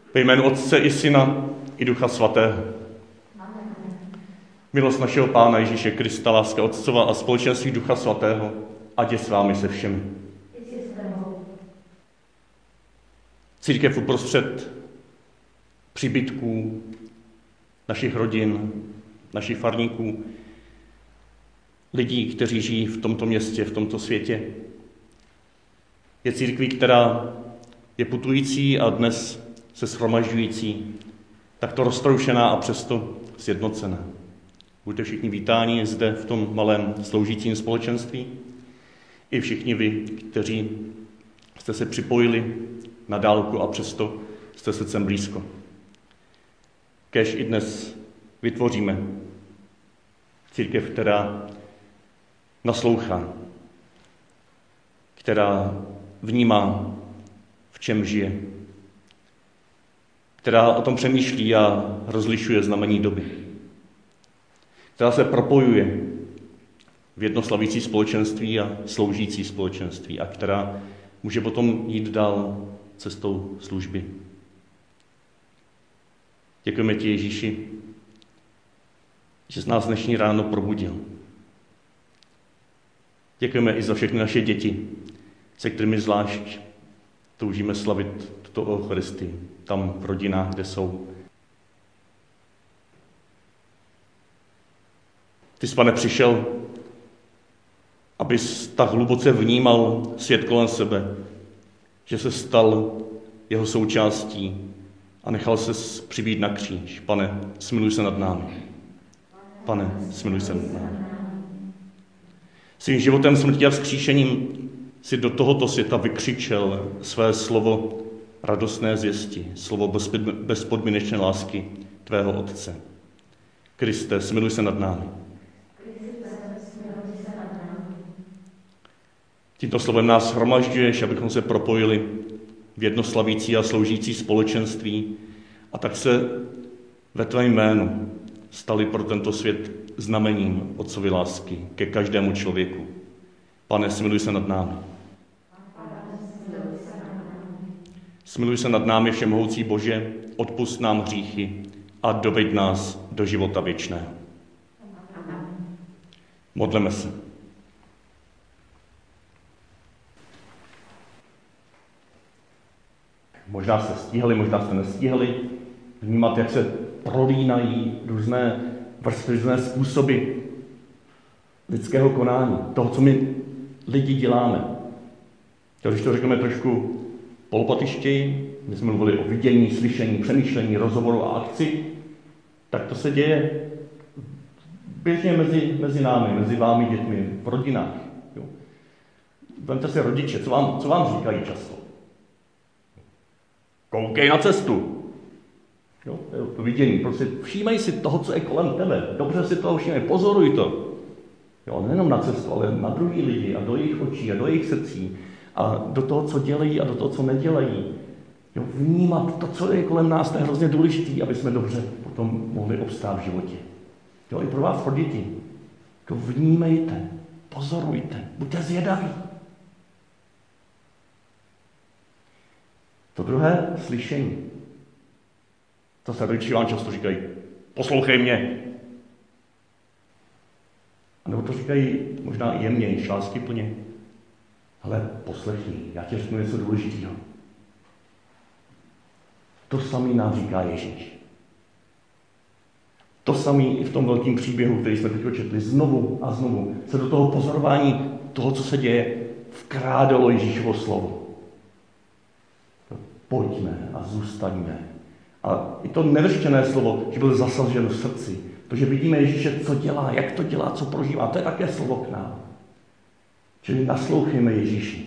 Ve jménu Otce i Syna i Ducha Svatého. Milost našeho Pána Ježíše Krista, láska Otcova a společenství Ducha Svatého, ať je s vámi se všemi. Církev uprostřed příbytků našich rodin, našich farníků, lidí, kteří žijí v tomto městě, v tomto světě. Je církví, která je putující a dnes se shromažďující, takto roztroušená a přesto sjednocená. Buďte všichni vítáni zde v tom malém sloužícím společenství. I všichni vy, kteří jste se připojili na dálku a přesto jste srdcem blízko. Kéž i dnes vytvoříme církev, která naslouchá, která vnímá, v čem žije, která o tom přemýšlí a rozlišuje znamení doby, která se propojuje v jednoslavící společenství a sloužící společenství a která může potom jít dál cestou služby. Děkujeme ti, Ježíši, že jsi nás dnešní ráno probudil. Děkujeme i za všechny naše děti, se kterými zvlášť toužíme slavit tuto Eucharistii, tam v rodinách, kde jsou. Ty jsi, Pane, přišel, abys tak hluboce vnímal svět kolem sebe, že se stal jeho součástí a nechal se přibít na kříž. Pane, smiluj se nad námi. Pane, smiluj se nad námi. Svým životem, smrtí a vzkříšením si do tohoto světa vykřičel své slovo radostné zvěsti, slovo bezpodmínečné lásky tvého Otce. Kriste, smiluj se nad námi. Tímto slovem nás shromažďuješ, abychom se propojili v jednoslavící a sloužící společenství a tak se ve tvém jménu stali pro tento svět znamením Otcovy lásky ke každému člověku. Pane, smiluj se nad námi. Smiluj se nad námi, všemohoucí Bože, odpusť nám hříchy a doveď nás do života věčného. Modleme se. Možná jste stíhali, možná jste nestíhali vnímat, jak se prolínají různé vrstvy, různé způsoby lidského konání, toho, co my lidi děláme. Když to řekneme trošku polopatištěji, my jsme mluvili o vidění, slyšení, přemýšlení, rozhovoru a akci, tak to se děje běžně mezi námi, mezi vámi dětmi, v rodinách. Jo. Vemte si rodiče, co vám říkají často? Koukej na cestu. Jo, to vidění. Prostě všímej si toho, co je kolem tebe. Dobře si toho všímej, pozoruj to. Jo, nejenom na cestu, ale na druhý lidi a do jejich očí a do jejich srdcí a do toho, co dělají a do toho, co nedělají. Jo, vnímat to, co je kolem nás, to je hrozně důležité, aby jsme dobře potom mohli obstát v životě. Jo, i pro vás, pro děti. To vnímejte, pozorujte, buďte zvědaví. To druhé, slyšení. To se rodiči vám často říkají, poslouchej mě. A nebo to říkají možná i jemněji, láskyplně. Ale poslechni, já ti řeknu něco důležitého. To samý nám říká Ježíš. To samý i v tom velkém příběhu, který jsme teď četli, znovu a znovu se do toho pozorování toho, co se děje, vkrádalo Ježíšovo slovo. Pojďme a zůstaňme. A i to nevyřčené slovo, že byl zasažen v srdci. To, že vidíme Ježíše, co dělá, jak to dělá, co prožívá, to je také slovo k nám. Čili naslouchejme Ježíši.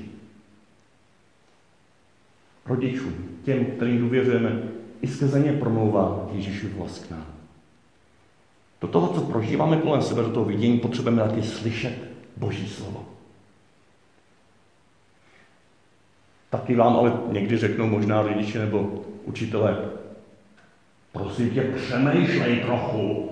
Rodičům, těm, kterým důvěřujeme, i skrze ně promlouvá Ježíšův hlas k nám. Do toho, co prožíváme kolem sebe, do toho vidění, potřebujeme taky slyšet Boží slovo. Taky vám ale někdy řeknou možná rodiče nebo učitelé, prosím tě, přemýšlej trochu.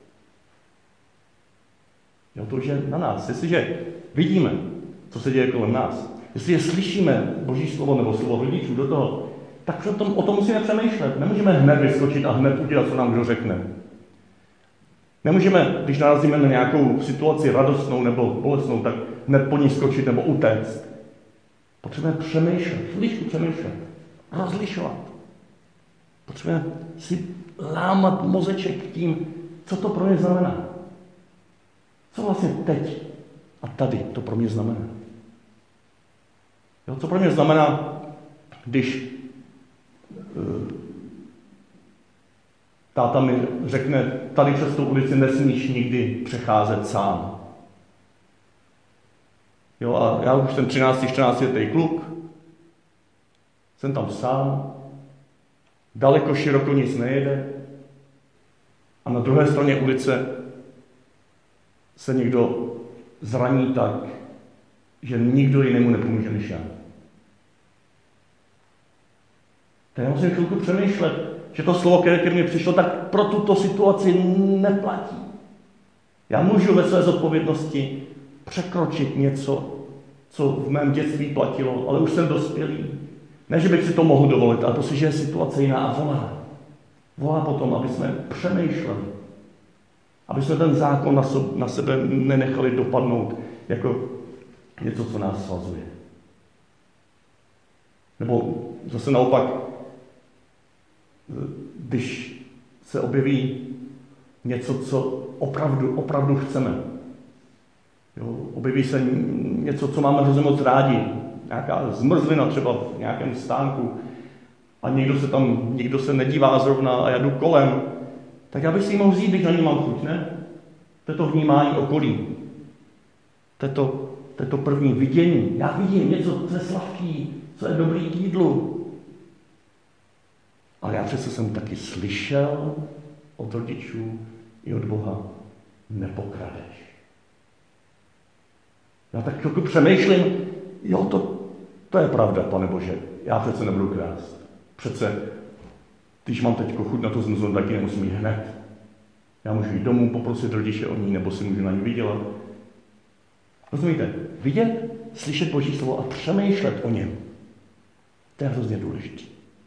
Jo, to už je na nás. Jestliže vidíme, co se děje kolem nás, jestliže slyšíme Boží slovo nebo slovo rodičů do toho, tak o tom musíme přemýšlet. Nemůžeme hned vyskočit a hned udělat, co nám kdo řekne. Nemůžeme, když narazíme na nějakou situaci radostnou nebo bolestnou, tak hned po ní skočit nebo utéct. Potřebujeme přemýšlet, chviličku přemýšlet, rozlišovat. Potřebujeme si lámat mozeček tím, co to pro mě znamená. Co vlastně teď a tady to pro mě znamená. Jo, co pro mě znamená, když táta mi řekne, tady přes tu ulici nesmíš nikdy přecházet sám. Jo, a já už jsem 13-14 letý kluk, jsem tam sám, daleko široko nic nejede a na druhé straně ulice se někdo zraní tak, že nikdo jinému nepomůže než já. Tak já musím chvilku přemýšlet, že to slovo, které mi přišlo, tak pro tuto situaci neplatí. Já můžu ve své zodpovědnosti překročit něco, co v mém dětství platilo, ale už jsem dospělý. Ne, že bych si to mohl dovolit, ale protože je situace jiná a volá. Volá potom, aby jsme přemýšleli. Aby jsme ten zákon na sebe nenechali dopadnout jako něco, co nás svazuje. Nebo zase naopak, když se objeví něco, co opravdu chceme. Jo, objeví se něco, co máme hrozně moc rádi. Nějaká zmrzlina třeba v nějakém stánku a nikdo se nedívá zrovna a já jdu kolem, tak já bych si ji mohl vzít, když na ní mám chuť, ne? To je to vnímání okolí. To je to první vidění. Já vidím něco, co je sladký, co je dobrý k jídlu. Ale já přece jsem taky slyšel od rodičů i od Boha, nepokradeš. Já tak chvilku přemýšlím, jo, to je pravda, Pane Bože, já přece nebudu krást. Přece, když mám teď chuť na to zmrzlinu, taky nemusím jít hned. Já můžu jít domů, poprosit rodiče o ní, nebo si můžu na ní vydělat. Rozumíte? Vidět, slyšet Boží slovo a přemýšlet o něm. To je hrozně důležité.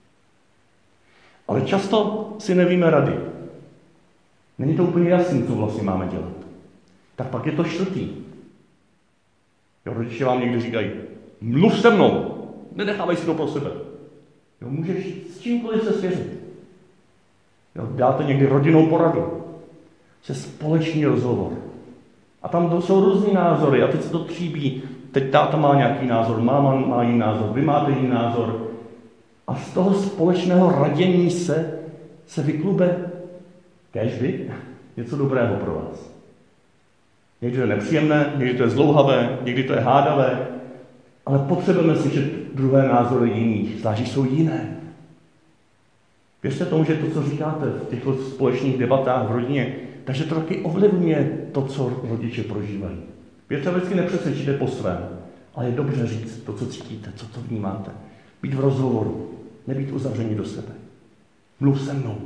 Ale často si nevíme rady. Není to úplně jasné, co vlastně máme dělat. Tak pak je to čtvrtý. Jo, rodiče vám někdy říkají, mluv se mnou, nenechávej si to pro sebe. Jo, můžeš s čímkoliv se svěřit. Jo, dáte někdy rodinnou poradu. Je společný rozhovor. A tam jsou různý názory a teď se to tříbí. Teď táta má nějaký názor, máma má jiný názor, vy máte jiný názor. A z toho společného radění se vyklube kéžby něco dobrého pro vás. Někdy to je nepříjemné, někdy to je zdlouhavé, někdy to je hádavé, ale potřebujeme slyšet druhé názory jiných, zvlášť jsou jiné. Věřte tomu, že to, co říkáte v těchto společných debatách v rodině, takže to taky ovlivňuje to, co rodiče prožívají. Věřte, vždycky nepřesvědčíte po svém, ale je dobře říct to, co cítíte, co vnímáte. Být v rozhovoru, nebýt uzavření do sebe. Mluv se mnou.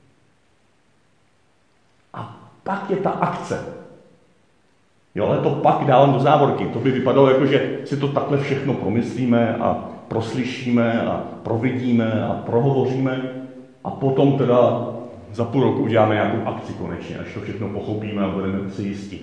A pak je ta akce. Jo, ale to pak dávám do závorky. To by vypadalo jako, že si to takhle všechno promyslíme a proslyšíme a providíme a prohovoříme a potom teda za půl roku uděláme nějakou akci konečně, až to všechno pochopíme a budeme si jistí.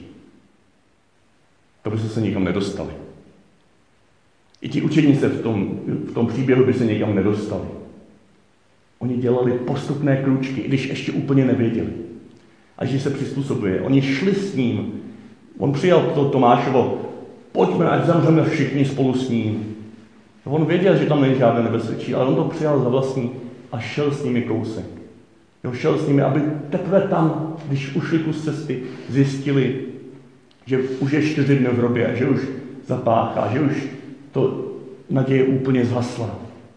To by se nikam nedostali. I ti učeníci v tom příběhu by se nikam nedostali. Oni dělali postupné krůčky, i když ještě úplně nevěděli. A když se přizpůsobuje. Oni šli s ním. On přijal to Tomášovo, pojďme, ať zemřeme všichni spolu s ním. On věděl, že tam není žádné nebezpečí, ale on to přijal za vlastní a šel s nimi kousek. Jo, šel s nimi, aby teprve tam, když ušli kus cesty, zjistili, že už je 4 dny v hrobě, že už zapáchá, že už to naděje úplně zhasla.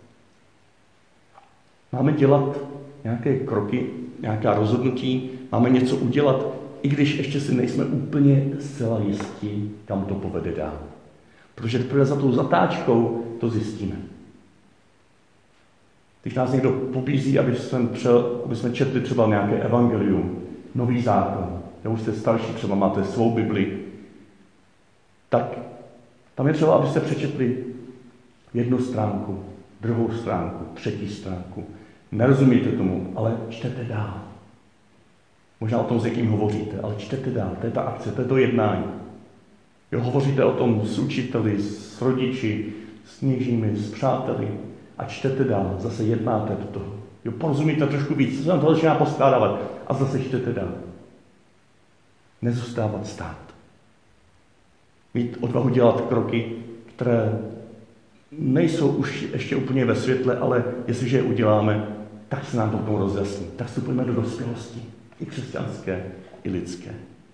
Máme dělat nějaké kroky, nějaká rozhodnutí, máme něco udělat, i když ještě si nejsme úplně zcela jistí, kam to povede dál. Protože teprve za tou zatáčkou to zjistíme. Když nás někdo pobízí, aby jsme četli třeba nějaké evangelium, nový zákon, nebo už jste starší, třeba máte svou Bibli, tak tam je třeba, abyste přečetli 1 stránku, druhou stránku, třetí stránku. Nerozumíte tomu, ale čtete dál. Možná o tom s někým hovoříte, ale čtete dál. To je ta akce, to je to jednání. Jo, hovoříte o tom s učiteli, s rodiči, s kněžími, s přáteli a čtete dál. Zase jednáte do toho. Jo, porozumíte trošku víc, co se nám to začíná poskládávat a zase čtete dál. Nezůstávat stát. Mít odvahu dělat kroky, které nejsou už ještě úplně ve světle, ale jestliže je uděláme, tak se nám to potom rozjasní. Tak vstupujeme do dospělosti. I křesťanské, i lidské.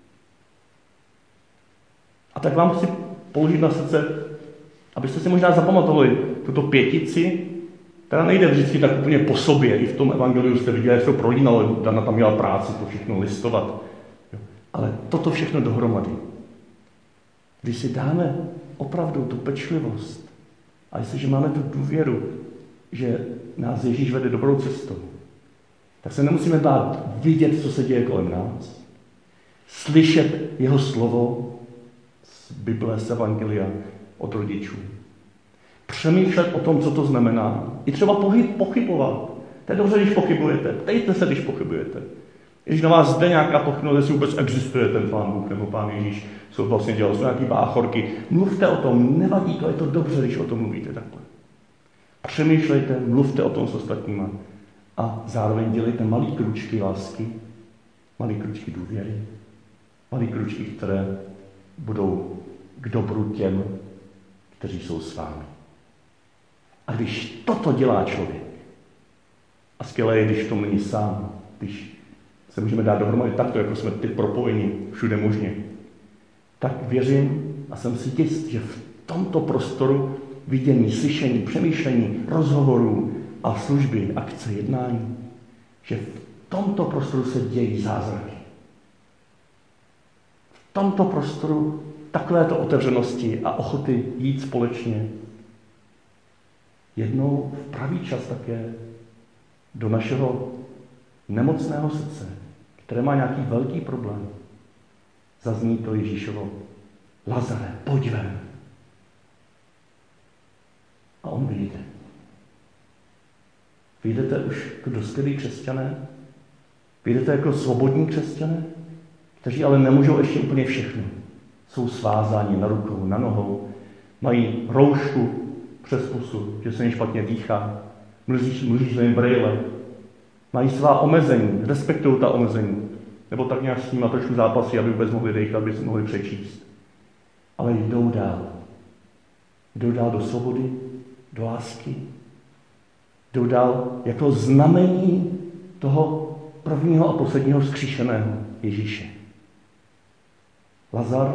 A tak vám chci položit na srdce, abyste si možná zapamatovali tuto pětici, která nejde vždycky tak úplně po sobě. I v tom evangeliu jste viděli, jak se to prolínalo, Dana tam měla práci to všechno listovat. Ale toto všechno dohromady. Když si dáme opravdu tu pečlivost a jestliže máme tu důvěru, že nás Ježíš vede dobrou cestou, tak se nemusíme bát vidět, co se děje kolem nás, slyšet jeho slovo z Bible, z Evangelia, od rodičů. Přemýšlet o tom, co to znamená. I třeba pochybovat. To je dobře, když pochybujete. Ptejte se, když pochybujete. Když na vás jde nějaká pochybnost, jestli vůbec existuje ten Pán Bůh nebo Pán Ježíš, co vlastně dělal, jsou nějaký báchorky. Mluvte o tom, nevadí to, je to dobře, když o tom mluvíte takhle. Přemýšlejte, mluvte o tom s ostatníma a zároveň dělejte malý kručky lásky, malý kručky důvěry, malý kručky, které budou k dobru těm, kteří jsou s vámi. A když toto dělá člověk, a skvělé je, když v tom není sám, když se můžeme dát dohromady takto, jako jsme teď propojeni všude možně, tak věřím a jsem si jist, že v tomto prostoru vidění, slyšení, přemýšlení, rozhovorů a služby, akce, jednání, že v tomto prostoru se dějí zázraky. V tomto prostoru takovéto otevřenosti a ochoty jít společně jednou v pravý čas také do našeho nemocného srdce, které má nějaký velký problém. Zazní to Ježíšovo: Lazare, pojď ven. A on vyjde. Vyjdete už jako dospělí křesťané? Vyjdete jako svobodní křesťané? Kteří ale nemůžou ještě úplně všechno. Jsou svázáni na rukou, na nohou, mají roušku přes pusu, že se jim špatně dýchá, mlží se jim brejle, mají svá omezení, respektují ta omezení, nebo tak nějak s nimi trošku zápasí, aby vůbec mohli dýchat, aby si mohli přečíst. Ale jdou dál. Jdou dál do svobody, do lásky. Jdou dál jako znamení toho prvního a posledního vzkříšeného Ježíše. Lazar,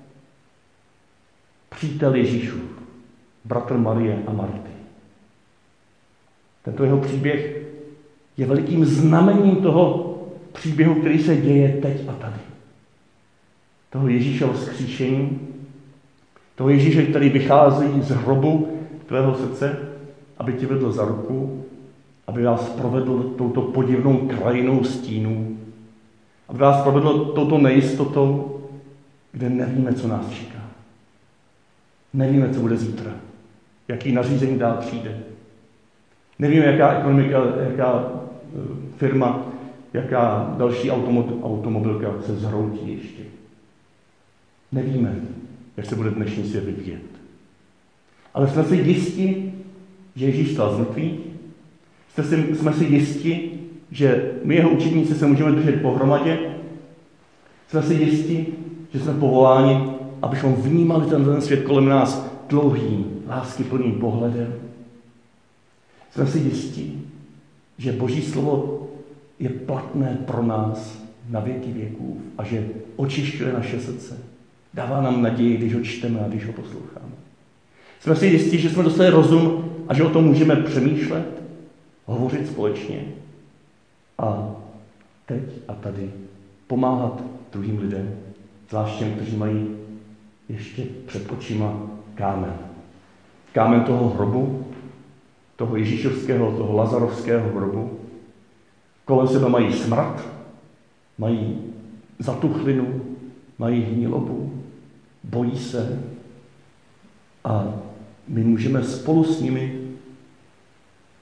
přítel Ježíšův, bratr Marie a Marty. Tento jeho příběh je velikým znamením toho příběhu, který se děje teď a tady. Toho Ježíšova vzkříšení, toho Ježíše, který vychází z hrobu tvého srdce, aby tě vedl za ruku, aby vás provedl touto podivnou krajinou stínů, aby vás provedl touto nejistotou, kde nevíme, co nás čeká. Nevíme, co bude zítra, jaký nařízení dál přijde. Nevíme, jaká ekonomika, jaká firma, jaká další automobilka se zhroutí ještě. Nevíme, jak se bude dnešní svět vyvíjet. Ale jsme si jisti, že Ježíš vstal z mrtvých. Jsme si jisti, že my jeho učedníci se můžeme držet pohromadě. Jsme si jisti, že jsme povoláni, abychom vnímali ten svět kolem nás dlouhým, láskyplným pohledem. Jsme si jistí, že Boží slovo je platné pro nás na věky věků a že očišťuje naše srdce. Dává nám naději, když ho čteme a když ho posloucháme. Jsme si jistí, že jsme dostali rozum a že o tom můžeme přemýšlet, hovořit společně a teď a tady pomáhat druhým lidem, zvlášť těm, kteří mají ještě před očima kámen. Kámen toho hrobu, toho ježíšovského, toho lazarovského hrobu. Kolem sebe mají smrad, mají zatuchlinu, mají hnilobu, bojí se a my můžeme spolu s nimi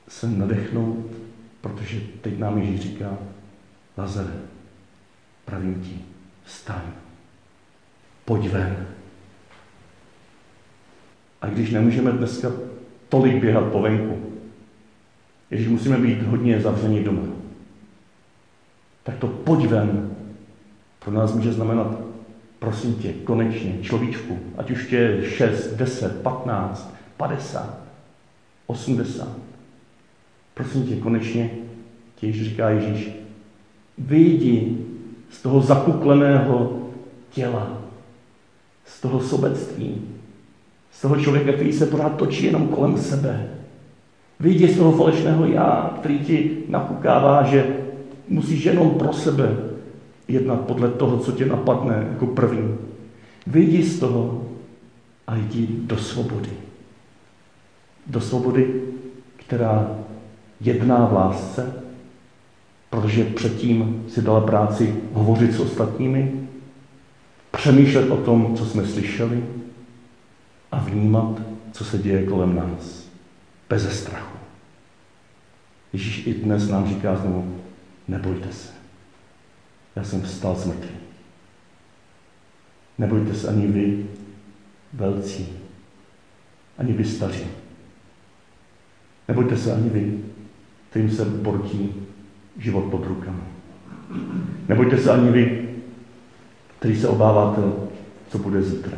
se nadechnout, protože teď nám Ježíš říká: Lazare, pravím ti, vstaň, pojď ven. A když nemůžeme dneska tolik běhat po venku, když musíme být hodně zavření doma, tak to pojď ven pro nás může znamenat: prosím tě, konečně, človíčku, ať už tě je 6, 10, 15, 50, 80. Prosím tě, konečně ti Ježíš říká: Ježíš, vyjdi z toho zakukleného těla, z toho sobectví, z toho člověka, který se pořád točí jenom kolem sebe. Vyjdi z toho falešného já, který ti napukává, že musíš jenom pro sebe jednat podle toho, co tě napadne jako první. Vyjdi z toho a jdi do svobody. Do svobody, která jedná v lásce, protože předtím si dala práci hovořit s ostatními, přemýšlet o tom, co jsme slyšeli, a vnímat, co se děje kolem nás, beze strachu. Ježíš i dnes nám říká znovu: nebojte se, já jsem vstal z mrtvých. Nebojte se ani vy, velcí, ani vy staří. Nebojte se ani vy, kterým se bortí život pod rukama. Nebojte se ani vy, který se obáváte, co bude zítra.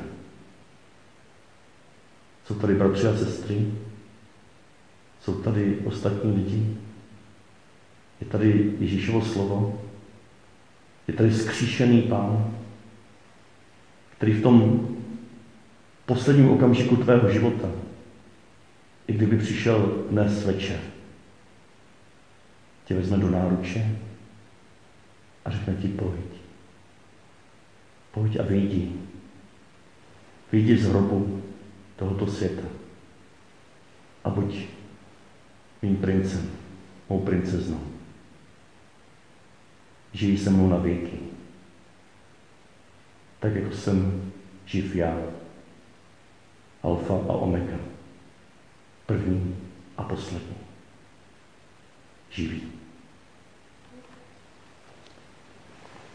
Jsou tady bratři a sestry, jsou tady ostatní lidi, je tady Ježíšovo slovo, je tady vzkříšený Pán, který v tom posledním okamžiku tvého života, i kdyby přišel dnes večer, tě vezme do náruče a řekne ti: pojď a vyjdi. Vyjdi z hrobu tohoto světa a buď mým princem, mou princeznou. Žij se mnou na věky, tak jako jsem živ já, alfa a omega, první a poslední, živý.